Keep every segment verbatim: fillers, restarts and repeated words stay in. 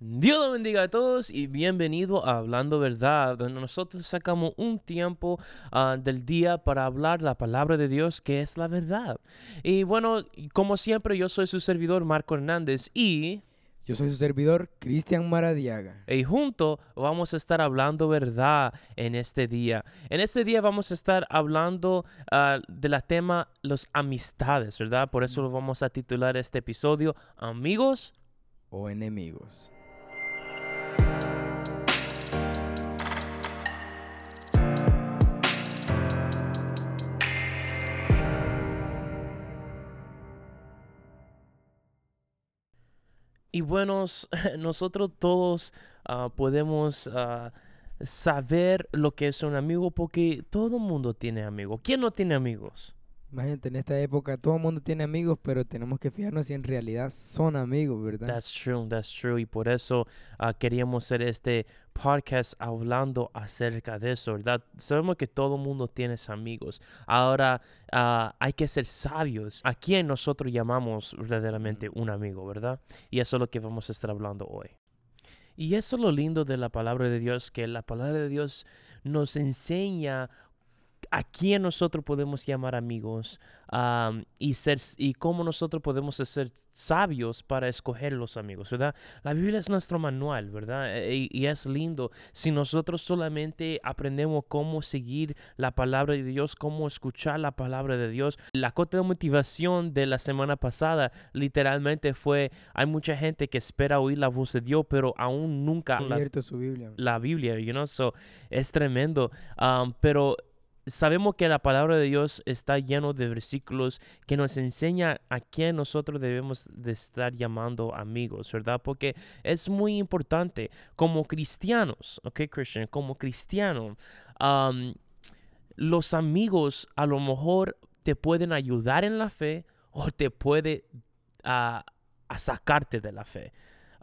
Dios los bendiga a todos y bienvenido a Hablando Verdad, donde nosotros sacamos un tiempo uh, del día para hablar la palabra de Dios, que es la verdad. Y bueno, como siempre, yo soy su servidor Marco Hernández y... Yo soy su servidor, Cristian Maradiaga. Y juntos vamos a estar hablando verdad en este día. En este día vamos a estar hablando uh, de la tema los amistades, ¿verdad? Por eso lo vamos a titular este episodio, Amigos o Enemigos. Y bueno, nosotros todos uh, podemos uh, saber lo que es un amigo porque todo el mundo tiene amigos. ¿Quién no tiene amigos? Imagínate, en esta época todo el mundo tiene amigos, pero tenemos que fijarnos si en realidad son amigos, ¿verdad? That's true, that's true. Y por eso uh, queríamos hacer este podcast hablando acerca de eso, ¿verdad? Sabemos que todo el mundo tiene amigos. Ahora uh, hay que ser sabios. ¿A quién nosotros llamamos verdaderamente un amigo, verdad? Y eso es lo que vamos a estar hablando hoy. Y eso es lo lindo de la palabra de Dios, que la palabra de Dios nos enseña a quién nosotros podemos llamar amigos um, y, ser, y cómo nosotros podemos ser sabios para escoger los amigos, ¿verdad? La Biblia es nuestro manual, ¿verdad? Y, y es lindo. Si nosotros solamente aprendemos cómo seguir la palabra de Dios, cómo escuchar la palabra de Dios. La cota de motivación de la semana pasada literalmente fue, hay mucha gente que espera oír la voz de Dios, pero aún nunca ha abierto su Biblia. La Biblia, you know? So, es tremendo. Um, pero sabemos que la palabra de Dios está lleno de versículos que nos enseña a quién nosotros debemos de estar llamando amigos, ¿verdad? Porque es muy importante como cristianos, ¿ok, Christian? Como cristiano, um, los amigos a lo mejor te pueden ayudar en la fe o te puede uh, a sacarte de la fe.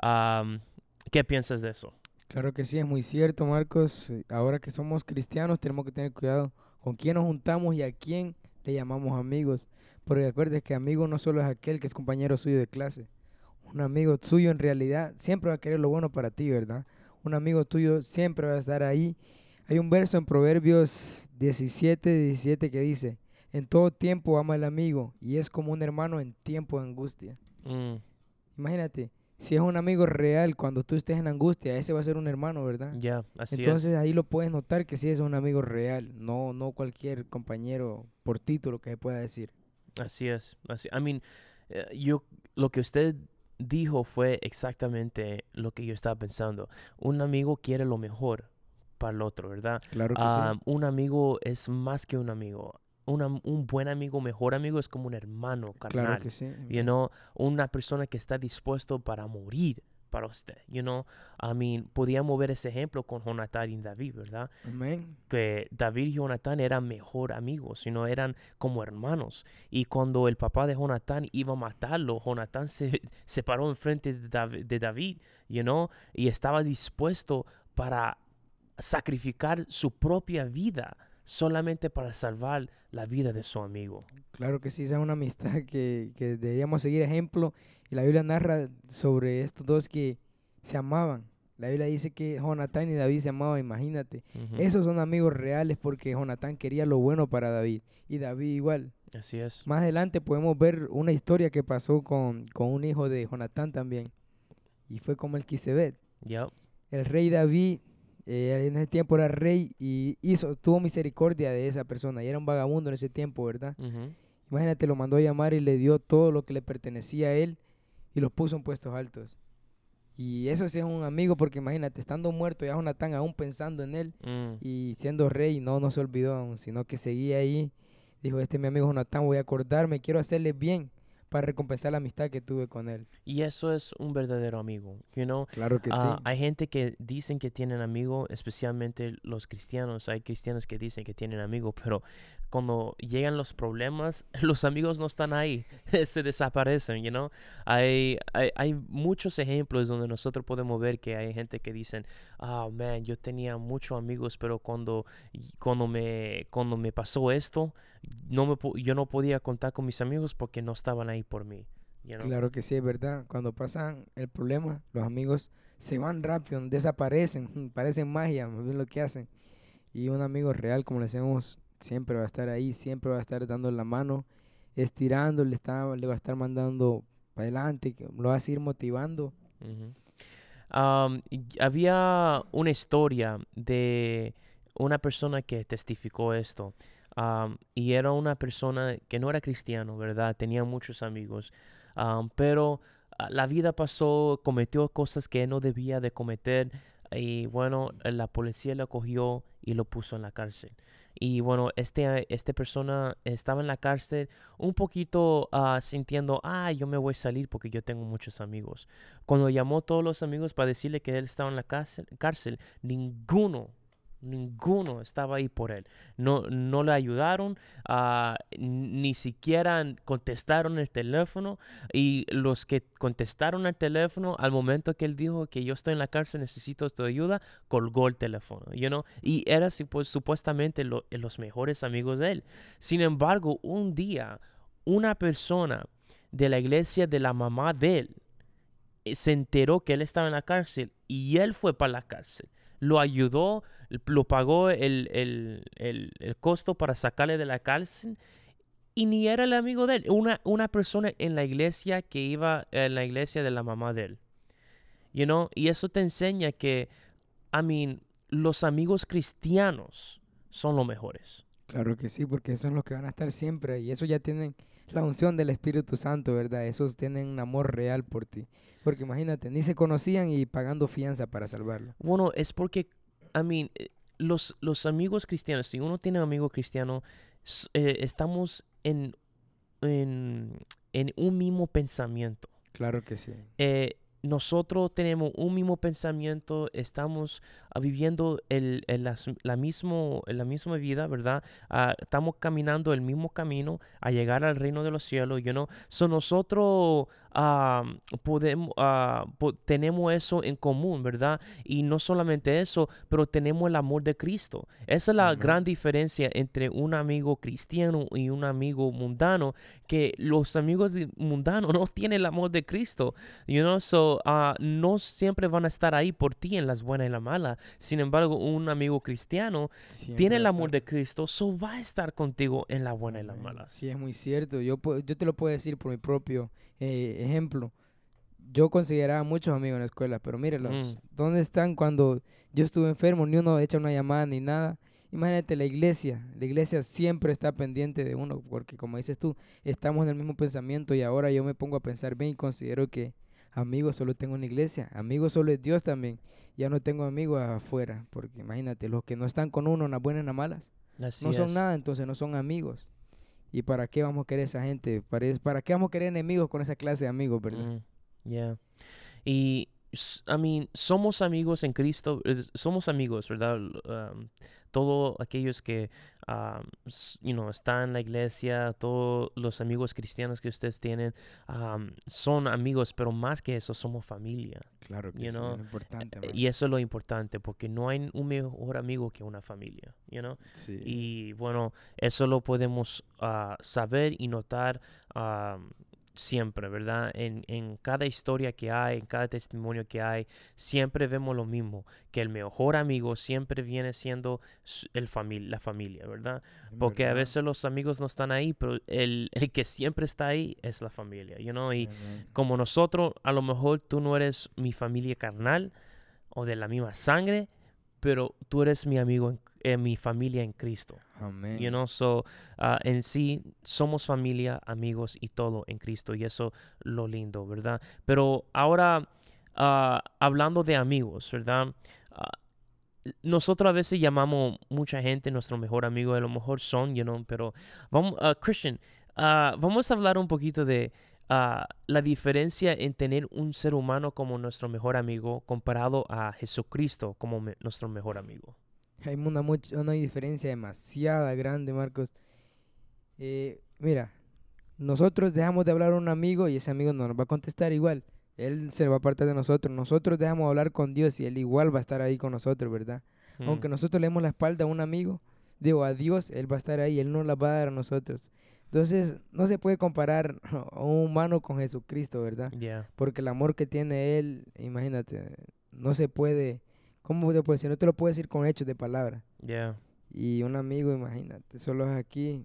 Um, ¿Qué piensas de eso? Claro que sí, es muy cierto, Marcos. Ahora que somos cristianos tenemos que tener cuidado con quién nos juntamos y a quién le llamamos amigos. Porque recuerdes que amigo no solo es aquel que es compañero suyo de clase. Un amigo tuyo en realidad siempre va a querer lo bueno para ti, ¿verdad? Un amigo tuyo siempre va a estar ahí. Hay un verso en Proverbios diecisiete, diecisiete que dice: en todo tiempo ama al amigo y es como un hermano en tiempo de angustia. Mm. Imagínate, si es un amigo real cuando tú estés en angustia, ese va a ser un hermano, ¿verdad? Ya, yeah, así Entonces es. ahí lo puedes notar que sí es un amigo real, no, no cualquier compañero por título que se pueda decir. Así es. Así, I mean, uh, yo, lo que usted dijo fue exactamente lo que yo estaba pensando. Un amigo quiere lo mejor para el otro, ¿verdad? Claro que Uh, sí. un amigo es más que un amigo. Una, un buen amigo, mejor amigo es como un hermano carnal. Claro que sí. You know, una persona que está dispuesto para morir para usted, you know. I mean, podíamos ver ese ejemplo con Jonatán y David, ¿verdad? Amén. Que David y Jonatán eran mejor amigos, sino eran como hermanos. Y cuando el papá de Jonatán iba a matarlo, Jonatán se, se paró enfrente de David, de David, you know, y estaba dispuesto para sacrificar su propia vida solamente para salvar la vida de su amigo. Claro que sí, esa es una amistad que, que deberíamos seguir ejemplo. Y la Biblia narra sobre estos dos que se amaban. La Biblia dice que Jonatán y David se amaban, imagínate. Uh-huh. Esos son amigos reales porque Jonatán quería lo bueno para David y David igual. Así es. Más adelante podemos ver una historia que pasó con, con un hijo de Jonatán también. Y fue como el Melquisebet. Yep. El rey David eh, en ese tiempo era rey y hizo, tuvo misericordia de esa persona. Y era un vagabundo en ese tiempo, ¿verdad? Uh-huh. Imagínate, lo mandó a llamar y le dio todo lo que le pertenecía a él y los puso en puestos altos. Y eso sí es un amigo porque imagínate, estando muerto ya Jonatán aún pensando en él Mm. y siendo rey, no, no se olvidó aún, sino que seguía ahí. Dijo, este es mi amigo Jonatán, voy a acordarme, quiero hacerle bien para recompensar la amistad que tuve con él. Y eso es un verdadero amigo, you know. Claro que Uh, sí. hay gente que dicen que tienen amigos, especialmente los cristianos. Hay cristianos que dicen que tienen amigos, pero cuando llegan los problemas, los amigos no están ahí, se desaparecen, you know. Hay, hay, hay muchos ejemplos donde nosotros podemos ver que hay gente que dicen, oh man, yo tenía muchos amigos, pero cuando, cuando, me, cuando me pasó esto, no me, yo no podía contar con mis amigos porque no estaban ahí por mí. you know? Claro que sí, es verdad. Cuando pasan el problema, los amigos se van rápido, desaparecen, parecen magia, más bien lo que hacen. Y un amigo real, como le decimos, siempre va a estar ahí, siempre va a estar dando la mano, estirando, le, está, le va a estar mandando para adelante, que lo va a seguir motivando. Ujú. Um, y había una historia de una persona que testificó esto. Um, y era una persona que no era cristiano, ¿verdad? Tenía muchos amigos. Um, pero ah, la vida pasó, cometió cosas que no debía de cometer. Y bueno, la policía lo cogió y lo puso en la cárcel. Y bueno, este, este persona estaba en la cárcel un poquito ah, sintiendo, ah, yo me voy a salir porque yo tengo muchos amigos. Cuando llamó a todos los amigos para decirle que él estaba en la cárcel, cárcel ninguno, ninguno estaba ahí por él. No, no le ayudaron, ah, ni siquiera contestaron el teléfono. Y los que contestaron el teléfono, al momento que él dijo que yo estoy en la cárcel, necesito tu ayuda, colgó el teléfono, you know? Y era pues, supuestamente lo- los mejores amigos de él. Sin embargo, un día, una persona de la iglesia de la mamá de él eh, se enteró que él estaba en la cárcel y él fue para la cárcel. Lo ayudó, lo pagó el, el, el, el costo para sacarle de la cárcel y ni era el amigo de él. Una, una persona en la iglesia que iba en la iglesia de la mamá de él. You know? Y eso te enseña que, I mean, los amigos cristianos son los mejores. Claro que sí, porque esos son los que van a estar siempre y esos ya tienen la unción del Espíritu Santo, ¿verdad? Esos tienen un amor real por ti. Porque imagínate, ni se conocían y pagando fianza para salvarlo. Bueno, es porque, I mean, eh, los, los amigos cristianos, si uno tiene un amigo cristiano, s- eh, estamos en, en, en un mismo pensamiento. Claro que sí. Eh, nosotros tenemos un mismo pensamiento, estamos ah, viviendo el, el las- la, mismo, la misma vida, ¿verdad? Ah, estamos caminando el mismo camino a llegar al reino de los cielos, you know? So nosotros ah, podemos, ah, po- tenemos eso en común, ¿verdad? Y no solamente eso, pero tenemos el amor de Cristo. Esa es la gran Amén. diferencia entre un amigo cristiano y un amigo mundano, que los amigos de- mundanos no tienen el amor de Cristo. You know, so, uh, no siempre van a estar ahí por ti en las buenas y las malas. Sin embargo, un amigo cristiano tiene Siempre va el a amor estar. de Cristo, so va a estar contigo en las buenas y las Amén. Sí, malas. es muy cierto. Yo, pu- yo te lo puedo decir por mi propio eh, ejemplo. Yo consideraba muchos amigos en la escuela, pero mírelos, Mm, ¿dónde están cuando yo estuve enfermo? Ni uno echa una llamada ni nada. Imagínate la iglesia, la iglesia siempre está pendiente de uno, porque como dices tú, estamos en el mismo pensamiento y ahora yo me pongo a pensar bien y considero que amigos solo tengo en la iglesia, amigos solo es Dios también, ya no tengo amigos afuera, porque imagínate, los que no están con uno en las buenas y en las malas, no así son es. nada, entonces no son amigos. ¿Y para qué vamos a querer esa gente? ¿Para, para qué vamos a querer enemigos con esa clase de amigos, verdad? Mm, yeah. Y, s- I mean, somos amigos en Cristo, eh, somos amigos, ¿verdad? L- um, todos aquellos que, um, s- you know, están en la iglesia, todos los amigos cristianos que ustedes tienen, um, son amigos, pero más que eso, somos familia, Claro que you sí, es know? lo importante, Eh, man. Y eso es lo importante, porque no hay un mejor amigo que una familia, you know? Sí, Y bueno, eso lo podemos ah, saber y notar ah, siempre, ¿verdad? En, en cada historia que hay, en cada testimonio que hay, siempre vemos lo mismo, que el mejor amigo siempre viene siendo s- el famil- la familia, ¿verdad? en Porque a verdad. veces los amigos no están ahí, pero el, el que siempre está ahí es la familia, you know? Y Amén. como nosotros, a lo mejor tú no eres mi familia carnal o de la misma sangre, pero tú eres mi amigo, en, eh, mi familia en Cristo. You Amén. know, so uh, en sí somos familia, amigos y todo en Cristo y eso lo lindo, ¿verdad? Pero ahora uh, hablando de amigos, ¿verdad? Uh, nosotros a veces llamamos mucha gente nuestro mejor amigo, a lo mejor son, you know, pero vamos, uh, Christian, uh, vamos a hablar un poquito de uh, la diferencia en tener un ser humano como nuestro mejor amigo comparado a Jesucristo como me- nuestro mejor amigo. Hay una, much- una diferencia demasiada grande, Marcos. Eh, mira, nosotros dejamos de hablar a un amigo y ese amigo no nos va a contestar igual. Él se va a apartar de nosotros. Nosotros dejamos de hablar con Dios y Él igual va a estar ahí con nosotros, ¿verdad? Mm, Aunque nosotros le demos la espalda a un amigo, digo a Dios, Él va a estar ahí, Él nos la va a dar a nosotros. Entonces, no se puede comparar a un humano con Jesucristo, ¿verdad? Yeah, Porque el amor que tiene Él, imagínate, no se puede, ¿cómo te puedo decir? No te lo puedo decir con hechos de palabra. yeah. Y un amigo, imagínate, solo es aquí.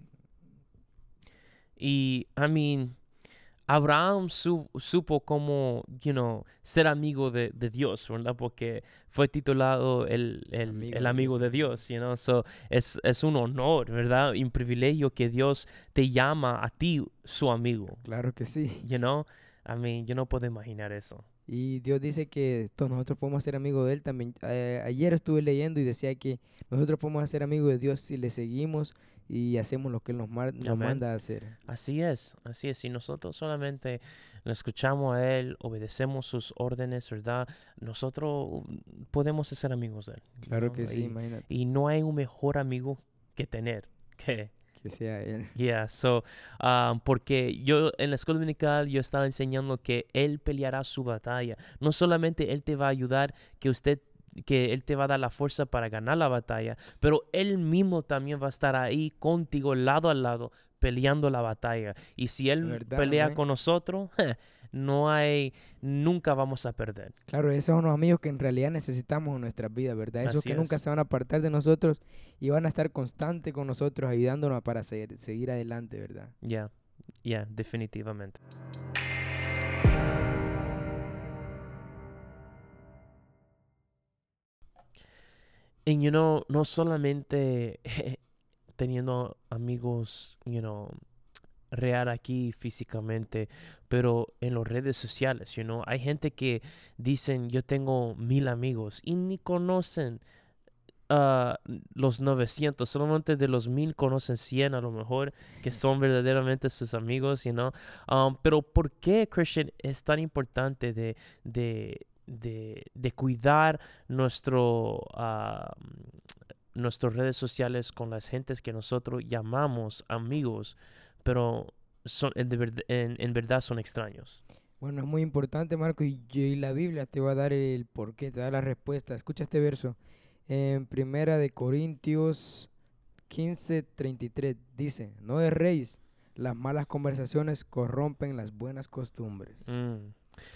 Y, I mean, Abraham su- supo cómo, you know, ser amigo de, de Dios, ¿verdad? Porque fue titulado el, el, Amigo el de amigo Dios. de Dios, you know? So, es, es un honor, ¿verdad? Y un privilegio que Dios te llama a ti su amigo, Claro que sí. you know? I mean, yo no puedo imaginar eso. Y Dios dice que todos nosotros podemos ser amigos de Él también. Eh, ayer estuve leyendo y decía que nosotros podemos ser amigos de Dios si le seguimos y hacemos lo que Él nos, mar- nos Amén. manda a hacer. Así es, así es. Si nosotros solamente le escuchamos a Él, obedecemos sus órdenes, ¿verdad? Nosotros mm, podemos ser amigos de Él, you Claro know? que sí, Y, imagínate y no hay un mejor amigo que tener que que sea Él. Yeah, so, um, porque yo en la escuela dominical yo estaba enseñando que Él peleará su batalla. No solamente Él te va a ayudar, que usted, que Él te va a dar la fuerza para ganar la batalla, pero Él mismo también va a estar ahí contigo, lado a lado, peleando la batalla. Y si De Él verdad, pelea amén. con nosotros, no hay, nunca vamos a perder. Claro, esos son los amigos que en realidad necesitamos en nuestras vidas, ¿verdad? Esos Así que nunca es. se van a apartar de nosotros y van a estar constantes con nosotros, ayudándonos para seguir, seguir adelante, ¿verdad? Yeah, yeah, definitivamente. Y, you know, no solamente teniendo amigos, you know, real aquí físicamente, pero en las redes sociales, you know, hay gente que dicen yo tengo mil amigos y ni conocen ah, los novecientos, solamente de los mil conocen cien a lo mejor que son verdaderamente sus amigos, you know. Um, pero ¿por qué, Christian, es tan importante de, de, de, de cuidar nuestro, ah, nuestras redes sociales con las gentes que nosotros llamamos amigos, pero son, en, de verd- en- en verdad son extraños? Bueno, es muy importante, Marco, y, y la Biblia te va a dar el porqué, te da la respuesta. Escucha este verso. En Primera de Corintios quince treinta y tres dice, no erréis, las malas conversaciones corrompen las buenas costumbres. Mm.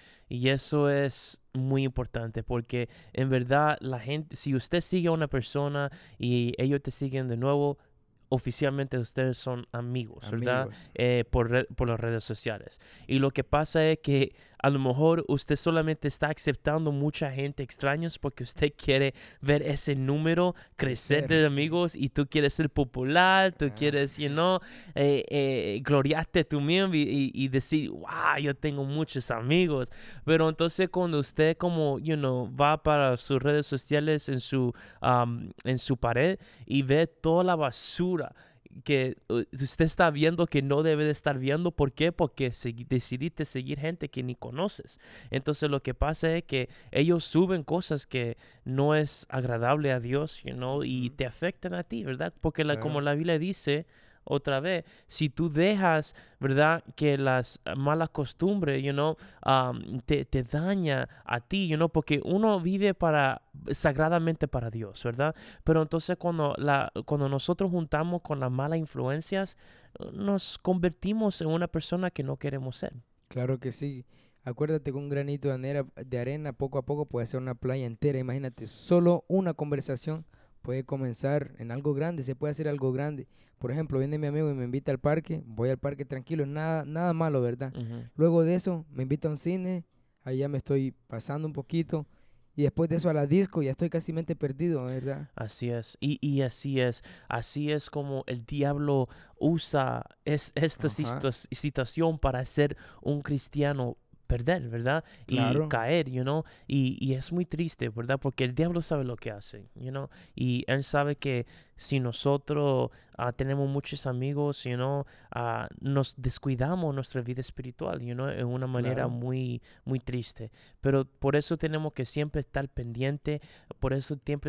Y eso es muy importante porque en verdad la gente, si usted sigue a una persona y ellos te siguen de nuevo, oficialmente ustedes son amigos, ¿verdad? Amigos. Eh, por, re- por las redes sociales. Y lo que pasa es que a lo mejor usted solamente está aceptando mucha gente extraños porque usted quiere ver ese número crecer de Crecer. amigos y tú quieres ser popular, tú Ah. quieres, you know, eh, eh, gloriarte tú mismo y, y- y decir, wow, yo tengo muchos amigos. Pero entonces cuando usted como, you know, va para sus redes sociales en su, um, en su pared y ve toda la basura que uh, usted está viendo que no debe de estar viendo. ¿Por qué? Porque segui- decidiste seguir gente que ni conoces. Entonces lo que pasa es que ellos suben cosas que no es agradable a Dios, you know, y Ujú. te afectan a ti, ¿verdad? Porque la, como Claro. la Biblia dice otra vez, si tú dejas, ¿verdad? Que las uh, malas costumbres, you know, um, te, te daña a ti, you know, porque uno vive para sagradamente para Dios, ¿verdad? Pero entonces cuando, la, cuando nosotros juntamos con las malas influencias, eh, nos convertimos en una persona que no queremos ser. Claro que sí. Acuérdate que un granito de arena, de arena poco a poco puede ser una playa entera. Imagínate, solo una conversación puede comenzar en algo grande, se puede hacer algo grande. Por ejemplo, viene mi amigo y me invita al parque, voy al parque tranquilo, nada, nada malo, ¿verdad? Ujú. Luego de eso, me invita a un cine, ahí ya me estoy pasando un poquito. Y después de eso a la disco, ya estoy casi mente perdido, ¿verdad? Así es, y, y así es, así es como el diablo usa es, esta Ajá, situa- situación para hacer un cristiano perder, ¿verdad? Y claro, caer, you know, y, y es muy triste, ¿verdad? Porque el diablo sabe lo que hace, you know, y él sabe que si nosotros ah, tenemos muchos amigos, you know, ah, nos descuidamos nuestra vida espiritual, you know, en una manera claro. muy, muy triste. Pero por eso tenemos que siempre estar pendiente, por eso siempre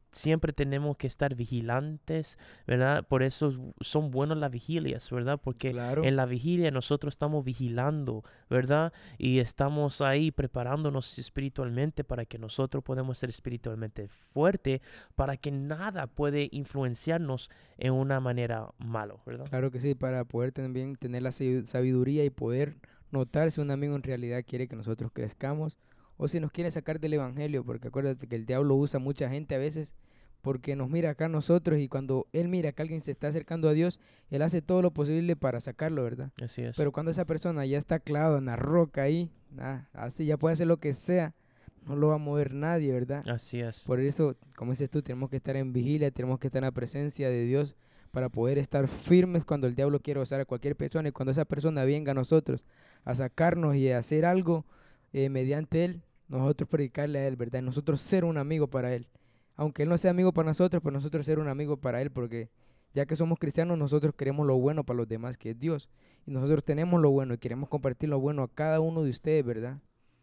siempre tenemos que estar vigilantes, ¿verdad? Por eso es- son buenas las vigilias, ¿verdad? Porque Claro, en la vigilia nosotros estamos vigilando, ¿verdad? Y estamos ahí preparándonos espiritualmente para que nosotros podamos ser espiritualmente fuertes, para que nada puede influenciarnos en una manera mala, ¿verdad? claro que sí, para poder también tener la sabi- sabiduría y poder notar si un amigo en realidad quiere que nosotros crezcamos o si nos quiere sacar del evangelio, porque acuérdate que el diablo usa mucha gente a veces porque nos mira acá a nosotros y cuando él mira que alguien se está acercando a Dios, él hace todo lo posible para sacarlo, ¿verdad? Así es, Pero cuando esa persona ya está clavada en la roca ahí, nada, así ya puede hacer lo que sea, no lo va a mover nadie, ¿verdad? así es, Por eso, como dices tú, tenemos que estar en vigilia, tenemos que estar en la presencia de Dios para poder estar firmes cuando el diablo quiere usar a cualquier persona y cuando esa persona venga a nosotros a sacarnos y a hacer algo eh, mediante él, nosotros predicarle a él, ¿verdad? Nosotros ser un amigo para él. Aunque él no sea amigo para nosotros, pues nosotros ser un amigo para él, porque ya que somos cristianos, nosotros queremos lo bueno para los demás, que es Dios. Y nosotros tenemos lo bueno y queremos compartir lo bueno a cada uno de ustedes, ¿verdad?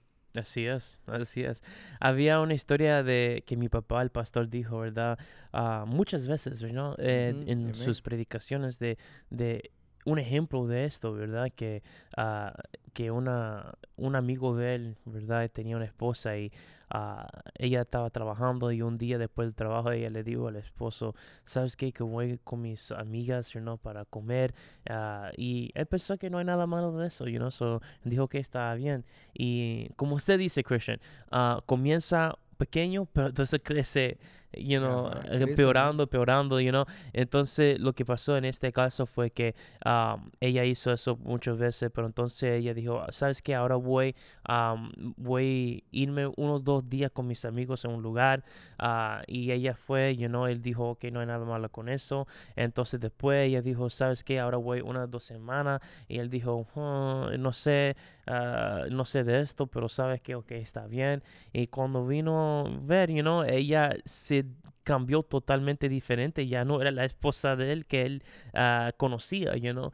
así es, así es. Había una historia de que mi papá, el pastor, dijo, ¿verdad? Ah, muchas veces, ¿no? Eh, Ujú, en amén. sus predicaciones de, de un ejemplo de esto, ¿verdad? Que, ah, que una, un amigo de él, ¿verdad? Tenía una esposa y ah, ella estaba trabajando y un día después del trabajo ella le dijo al esposo, ¿sabes qué? Que voy con mis amigas, you know, para comer. Ah, y él pensó que no hay nada malo de eso, you know, so dijo que estaba bien. Y como usted dice, Christian, ah, comienza pequeño, pero entonces crece, you know, Ajá, crece, amén. empeorando, empeorando, you know. Entonces, lo que pasó en este caso fue que um, ella hizo eso muchas veces, pero entonces ella dijo, ¿sabes qué? Ahora voy, um, voy a irme unos dos días con mis amigos en un lugar, ah, y ella fue, you know, él dijo que no hay nada malo con eso. Entonces, después ella dijo, ¿sabes qué? Ahora voy unas dos semanas, y él dijo, "Hmm, no sé, ah, no sé de esto, pero sabes que, ok, está bien". Y cuando vino a ver, you know, ella se cambió totalmente diferente, ya no era la esposa de él que él ah, conocía, you know,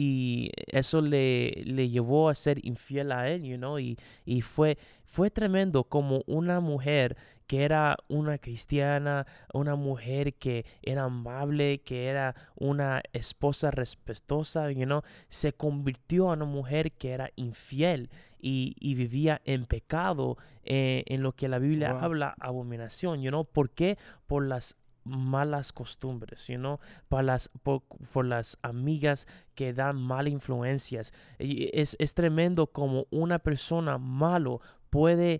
y eso le, le llevó a ser infiel a él, you know, y, y fue, fue tremendo como una mujer que era una cristiana, una mujer que era amable, que era una esposa respetuosa, you know, se convirtió en una mujer que era infiel y, y vivía en pecado, eh, en lo que la Biblia Wow. habla abominación, you know. ¿Por qué? Por las malas costumbres, you know, por las, por, por las amigas que dan malas influencias. Y es, es tremendo como una persona malo puede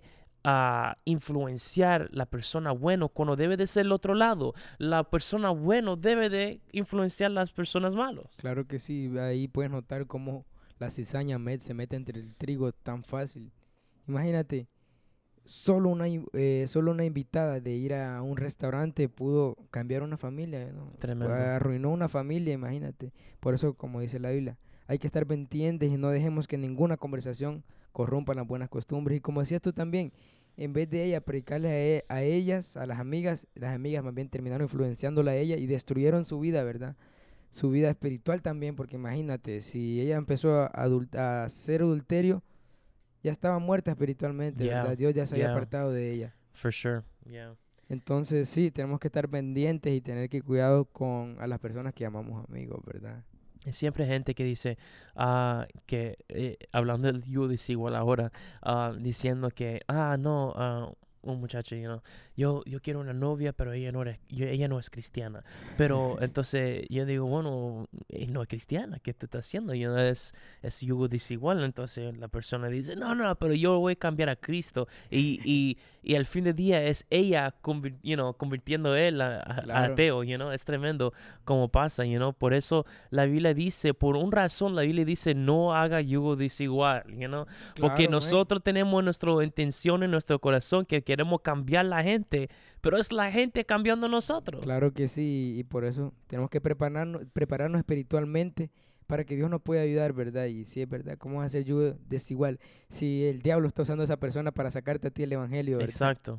a influenciar la persona bueno cuando debe de ser el otro lado. La persona bueno debe de influenciar las personas malos. Claro que sí, ahí puedes notar cómo la cizaña met- se mete entre el trigo tan fácil. Imagínate, solo una, in- eh, solo una invitada de ir a un restaurante pudo cambiar una familia, ¿no? Pu- Tremendo. Arruinó una familia, imagínate. Por eso, como dice la Biblia, hay que estar pendientes y no dejemos que ninguna conversación corrompa las buenas costumbres. Y como decías tú también, en vez de ella predicarle a, e- a ellas, a las amigas, las amigas más bien terminaron influenciándola a ella y destruyeron su vida, ¿verdad? Su vida espiritual también, porque imagínate, si ella empezó a, adul- a hacer adulterio, ya estaba muerta espiritualmente, Yeah, ¿verdad? Dios ya se había yeah, apartado de ella. for sure. Yeah. Entonces, sí, tenemos que estar pendientes y tener que cuidado con a las personas que llamamos amigos, ¿verdad? Y siempre hay gente que dice, ah, que eh, hablando del yugo desigual ahora, ah, diciendo que, ah, no, ah, un muchacho, you know, yo, yo quiero una novia, pero ella no, era, yo- ella no es cristiana. Pero entonces yo digo, bueno, eh, no es cristiana, ¿qué tú estás haciendo? You know, es, es yugo desigual. Entonces la persona dice, no, no, pero yo voy a cambiar a Cristo. Y, y, y al fin del día es ella, convir- you know, convirtiendo a él a, a- a Claro, ateo, you know, es tremendo como pasa, you know. Por eso la Biblia dice, por una razón, la Biblia dice, no haga yugo desigual, you know. Porque claro, man. nosotros tenemos nuestra intención en nuestro corazón que queremos cambiar la gente, pero es la gente cambiando a nosotros. Claro que sí, y por eso tenemos que prepararnos, prepararnos espiritualmente para que Dios nos pueda ayudar, ¿verdad? Y si es verdad, ¿cómo vas a hacer yugo desigual si el diablo está usando a esa persona para sacarte a ti el evangelio, ¿verdad? Exacto.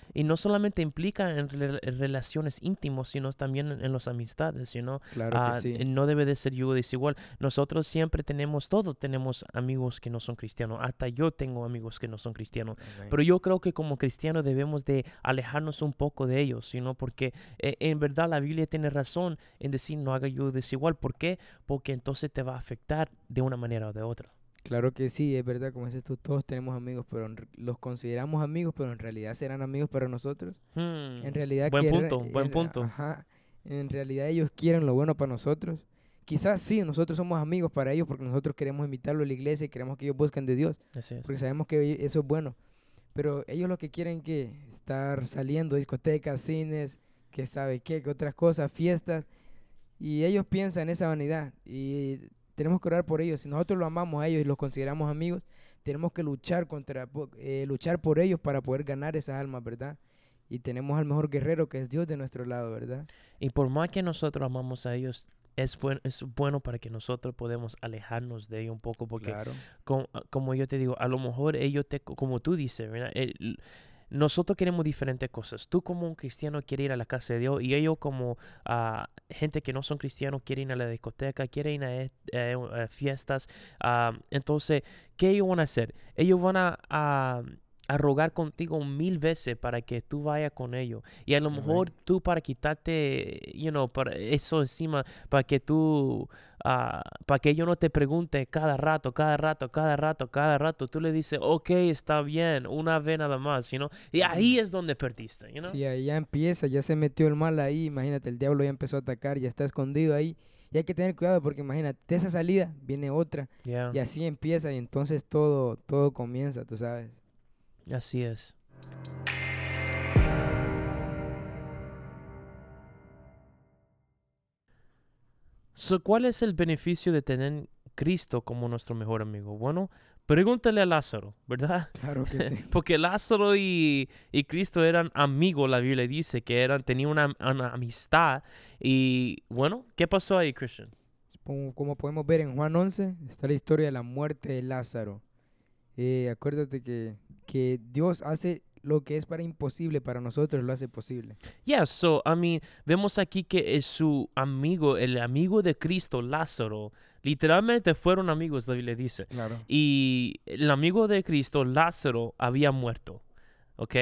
y no solamente implica en, rela- en relaciones íntimas, sino también en, en las amistades, you know? Claro que Ah, sí. eh, no debe de ser yugo desigual. Nosotros siempre tenemos, todos tenemos amigos que no son cristianos. Hasta yo tengo amigos que no son cristianos. Amén. Pero yo creo que como cristianos debemos de alejarnos un poco de ellos, sino porque eh, en verdad la Biblia tiene razón en decir no haga yugo desigual. ¿Por qué? Porque entonces te va a afectar de una manera o de otra. Claro que sí, es verdad, como dices tú, todos tenemos amigos, pero en r- los consideramos amigos, pero en realidad serán amigos para nosotros. Hmm, En realidad Buen quieren, punto, buen en- punto. ajá, en realidad ellos quieren lo bueno para nosotros. Quizás sí, nosotros somos amigos para ellos porque nosotros queremos invitarlo a la iglesia y queremos que ellos busquen de Dios, Así es. porque sabemos que ello- eso es bueno. Pero ellos lo que quieren que estar saliendo, discotecas, cines, que sabe qué, que otras cosas, fiestas, y ellos piensan en esa vanidad y tenemos que orar por ellos. Si nosotros los amamos a ellos y los consideramos amigos, tenemos que luchar contra po- eh, luchar por ellos para poder ganar esas almas, ¿verdad? Y tenemos al mejor guerrero que es Dios de nuestro lado, ¿verdad? Y por más que nosotros amamos a ellos, es, buen- es bueno para que nosotros podamos alejarnos de ellos un poco, porque Claro. com- como yo te digo, a lo mejor ellos te, como tú dices, ¿verdad? El- nosotros queremos diferentes cosas. Tú como un cristiano quieres ir a la casa de Dios y ellos como ah, gente que no son cristianos quieren ir a la discoteca, quieren ir a, est- eh, a fiestas. Ah, entonces, ¿qué ellos van a hacer? Ellos van a, a, a rogar contigo mil veces para que tú vayas con ellos. Y a lo Amén. mejor tú para quitarte, you know, para eso encima, para que tú, ah, para que ellos no te pregunten cada rato, cada rato, cada rato, cada rato, tú le dices, ok, está bien, una vez nada más, you know? Y ahí Ujú. es donde perdiste, you know? Sí, ahí ya empieza, ya se metió el mal ahí, imagínate, el diablo ya empezó a atacar, ya está escondido ahí. Y hay que tener cuidado porque imagínate, de esa salida viene otra Yeah, y así empieza y entonces todo, todo comienza, tú sabes. así es. So, ¿cuál es el beneficio de tener Cristo como nuestro mejor amigo? Bueno, pregúntale a Lázaro, ¿verdad? Claro que sí. Porque Lázaro y, y Cristo eran amigos, la Biblia dice que eran, tenían una, una amistad. Y bueno, ¿qué pasó ahí, Christian? Como, como podemos ver en Juan once, está la historia de la muerte de Lázaro. Eh, acuérdate que, que Dios hace lo que es para imposible, para nosotros lo hace posible. Yeah, so, I mean, vemos aquí que es su amigo, el amigo de Cristo, Lázaro, literalmente fueron amigos, la Biblia dice. Claro. Y el amigo de Cristo, Lázaro, había muerto, ¿ok?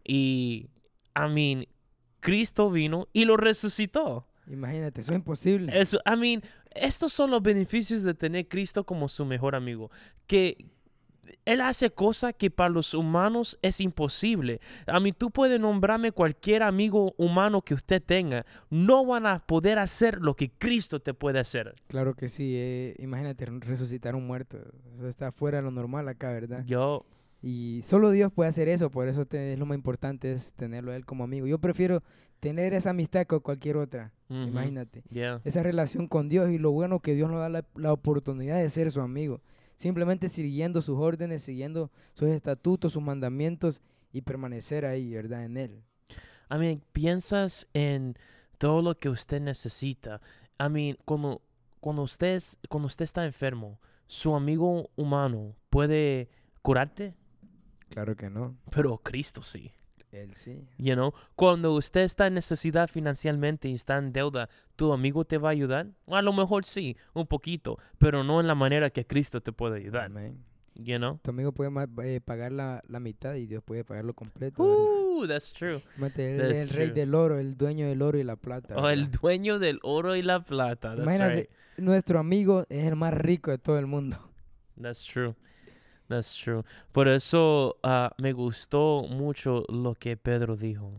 Y, I mean, Cristo vino y lo resucitó. Imagínate, eso es imposible. Eso, I mean, estos son los beneficios de tener Cristo como su mejor amigo. Que Él hace cosas que para los humanos es imposible. A mí tú puedes nombrarme cualquier amigo humano que usted tenga. No van a poder hacer lo que Cristo te puede hacer. Claro que sí. eh, imagínate resucitar un muerto. Eso está fuera de lo normal acá, ¿verdad? Yo, Y solo Dios puede hacer eso, por eso te- es lo más importante es tenerlo a Él como amigo. Yo prefiero tener esa amistad que cualquier otra. ujú, Imagínate. yeah. Esa relación con Dios y lo bueno que Dios nos da la, la oportunidad de ser su amigo. Simplemente siguiendo sus órdenes, siguiendo sus estatutos, sus mandamientos y permanecer ahí, ¿verdad? En Él. I mean, piensas en todo lo que usted necesita. I mean, cuando, cuando, usted, es- cuando usted está enfermo, su amigo humano puede curarte, Claro que no. pero Cristo sí. Él sí. You know, cuando usted está en necesidad financieramente y está en deuda, ¿tu amigo te va a ayudar? A lo mejor sí, un poquito, pero no en la manera que Cristo te puede ayudar. Amén. You know? Tu amigo puede ma- eh, pagar la, la mitad y Dios puede pagarlo completo, ¿verdad? Uh, that's true. Imagínate, Él es That's el rey true. del oro, el dueño del oro y la plata, Oh, el ¿verdad? dueño del oro y la plata. That's Imagínate, right. nuestro amigo es el más rico de todo el mundo. That's true. That's true. Por eso ah, me gustó mucho lo que Pedro dijo.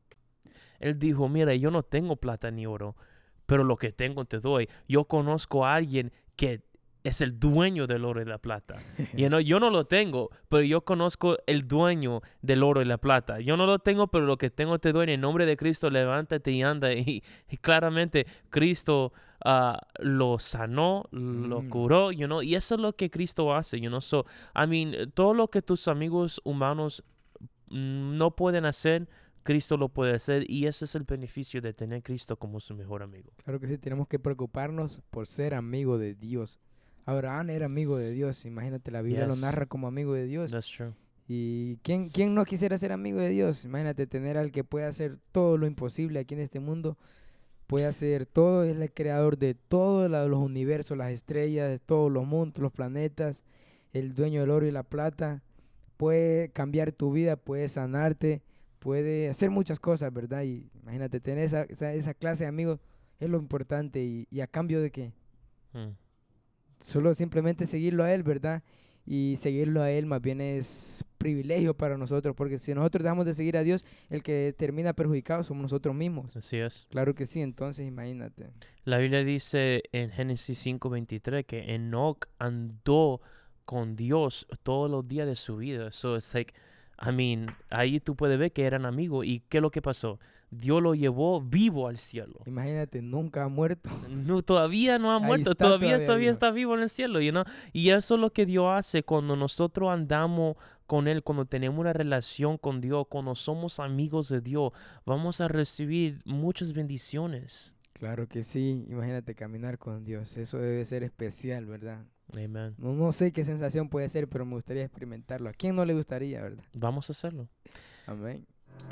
Él dijo, mira, yo no tengo plata ni oro, pero lo que tengo te doy. Yo conozco a alguien que es el dueño del oro y la plata. You know, yo no lo tengo, pero yo conozco el dueño del oro y la plata. Yo no lo tengo, pero lo que tengo te doy. En el nombre de Cristo, levántate y anda. Y, y claramente Cristo ah, lo sanó, lo Mm. curó, you know, y eso es lo que Cristo hace, you know. So, I mean, todo lo que tus amigos humanos mm, no pueden hacer, Cristo lo puede hacer, y ese es el beneficio de tener Cristo como su mejor amigo. Claro que sí, tenemos que preocuparnos por ser amigo de Dios. Abraham era amigo de Dios, imagínate, la Biblia lo Yes. narra como amigo de Dios. That's true. ¿Y quién, quién no quisiera ser amigo de Dios? Imagínate tener al que puede hacer todo lo imposible aquí en este mundo. Puede hacer todo, es el creador de todos la- los universos, las estrellas, de todos los mundos, los planetas, el dueño del oro y la plata. Puede cambiar tu vida, puede sanarte, puede hacer muchas cosas, ¿verdad? Y imagínate, tener esa, esa, esa clase de amigos es lo importante. ¿Y, y a cambio de qué? Mm. Solo simplemente seguirlo a Él, ¿verdad? Y seguirlo a Él más bien es privilegio para nosotros, porque si nosotros dejamos de seguir a Dios, el que termina perjudicado somos nosotros mismos. Así es. Claro que sí, entonces imagínate. La Biblia dice en Génesis cinco veintitrés que Enoch andó con Dios todos los días de su vida. So it's like, I mean, ahí tú puedes ver que eran amigos. ¿Y qué es lo que pasó? Dios lo llevó vivo al cielo. Imagínate, nunca ha muerto. No, todavía no ha Ahí muerto, está todavía, todavía todavía vivo. está vivo en el cielo, you know? Y eso es lo que Dios hace cuando nosotros andamos con Él, cuando tenemos una relación con Dios, cuando somos amigos de Dios, vamos a recibir muchas bendiciones. Claro que sí, imagínate caminar con Dios, eso debe ser especial, ¿verdad? Amen. No, no sé qué sensación puede ser, pero me gustaría experimentarlo. ¿A quién no le gustaría, verdad? Vamos a hacerlo. Amén.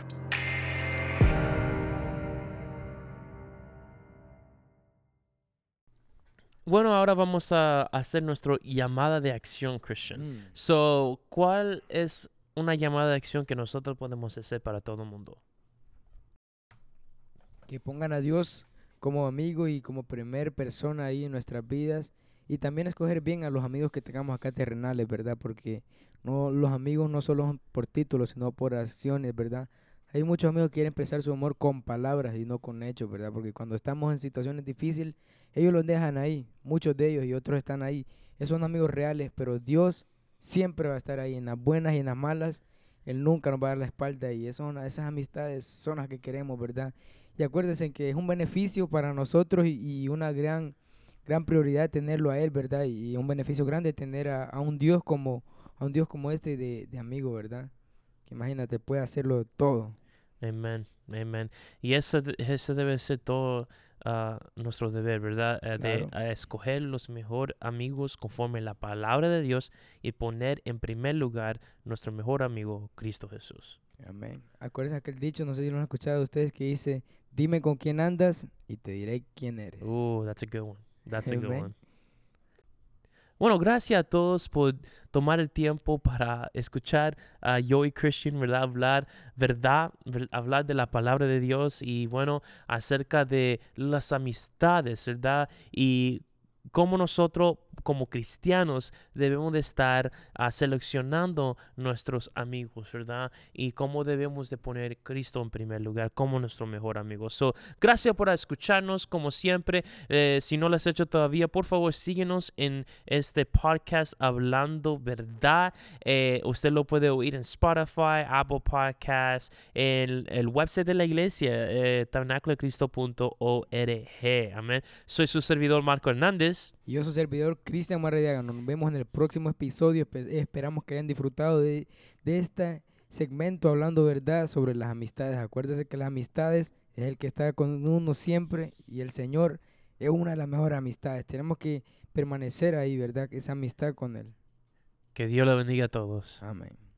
Bueno, ahora vamos a hacer nuestra llamada de acción, Christian. Mm. So, ¿cuál es una llamada de acción que nosotros podemos hacer para todo el mundo? Que pongan a Dios como amigo y como primer persona ahí en nuestras vidas. Y también escoger bien a los amigos que tengamos acá terrenales, ¿verdad? Porque no, los amigos no solo son por títulos, sino por acciones, ¿verdad? Hay muchos amigos que quieren expresar su amor con palabras y no con hechos, ¿verdad? Porque cuando estamos en situaciones difíciles, ellos los dejan ahí, muchos de ellos y otros están ahí. Esos son amigos reales, pero Dios siempre va a estar ahí, en las buenas y en las malas. Él nunca nos va a dar la espalda y eso, esas amistades son las que queremos, ¿verdad? Y acuérdense que es un beneficio para nosotros y, y una gran, gran prioridad tenerlo a Él, ¿verdad? Y, y un beneficio grande tener a, a un Dios como, a un Dios como este de, de amigo, ¿verdad? Que imagínate, puede hacerlo todo. Amen, amen. Y eso, de- eso debe ser todo ah, nuestro deber, ¿verdad? Eh, de Claro. ah, escoger los mejores amigos conforme la palabra de Dios y poner en primer lugar nuestro mejor amigo, Cristo Jesús. Amén. Acuérdense aquel dicho, no sé si lo han escuchado ustedes, que dice, dime con quién andas y te diré quién eres. Oh, that's a good one. That's a good Amén. one. Bueno, gracias a todos por tomar el tiempo para escuchar a yo y Christian, ¿verdad? Hablar, ¿verdad? Ver- Hablar de la palabra de Dios y, bueno, acerca de las amistades, ¿verdad? Y cómo nosotros, como cristianos, debemos de estar ah, seleccionando nuestros amigos, ¿verdad? Y cómo debemos de poner Cristo en primer lugar como nuestro mejor amigo. So, gracias por escucharnos, como siempre. Eh, si no lo has hecho todavía, por favor, síguenos en este podcast Hablando Verdad. Eh, usted lo puede oír en Spotify, Apple Podcasts, en el website de la iglesia, eh, tabernáculo de cristo punto org. Amén. Soy su servidor Marco Hernández. Y yo soy servidor Cristian Marrediaga. Nos vemos en el próximo episodio. Espe- Esperamos que hayan disfrutado de, de este segmento hablando verdad sobre las amistades. Acuérdense que las amistades es el que está con uno siempre y el Señor es una de las mejores amistades. Tenemos que permanecer ahí, ¿verdad? Esa amistad con Él. Que Dios le bendiga a todos. Amén.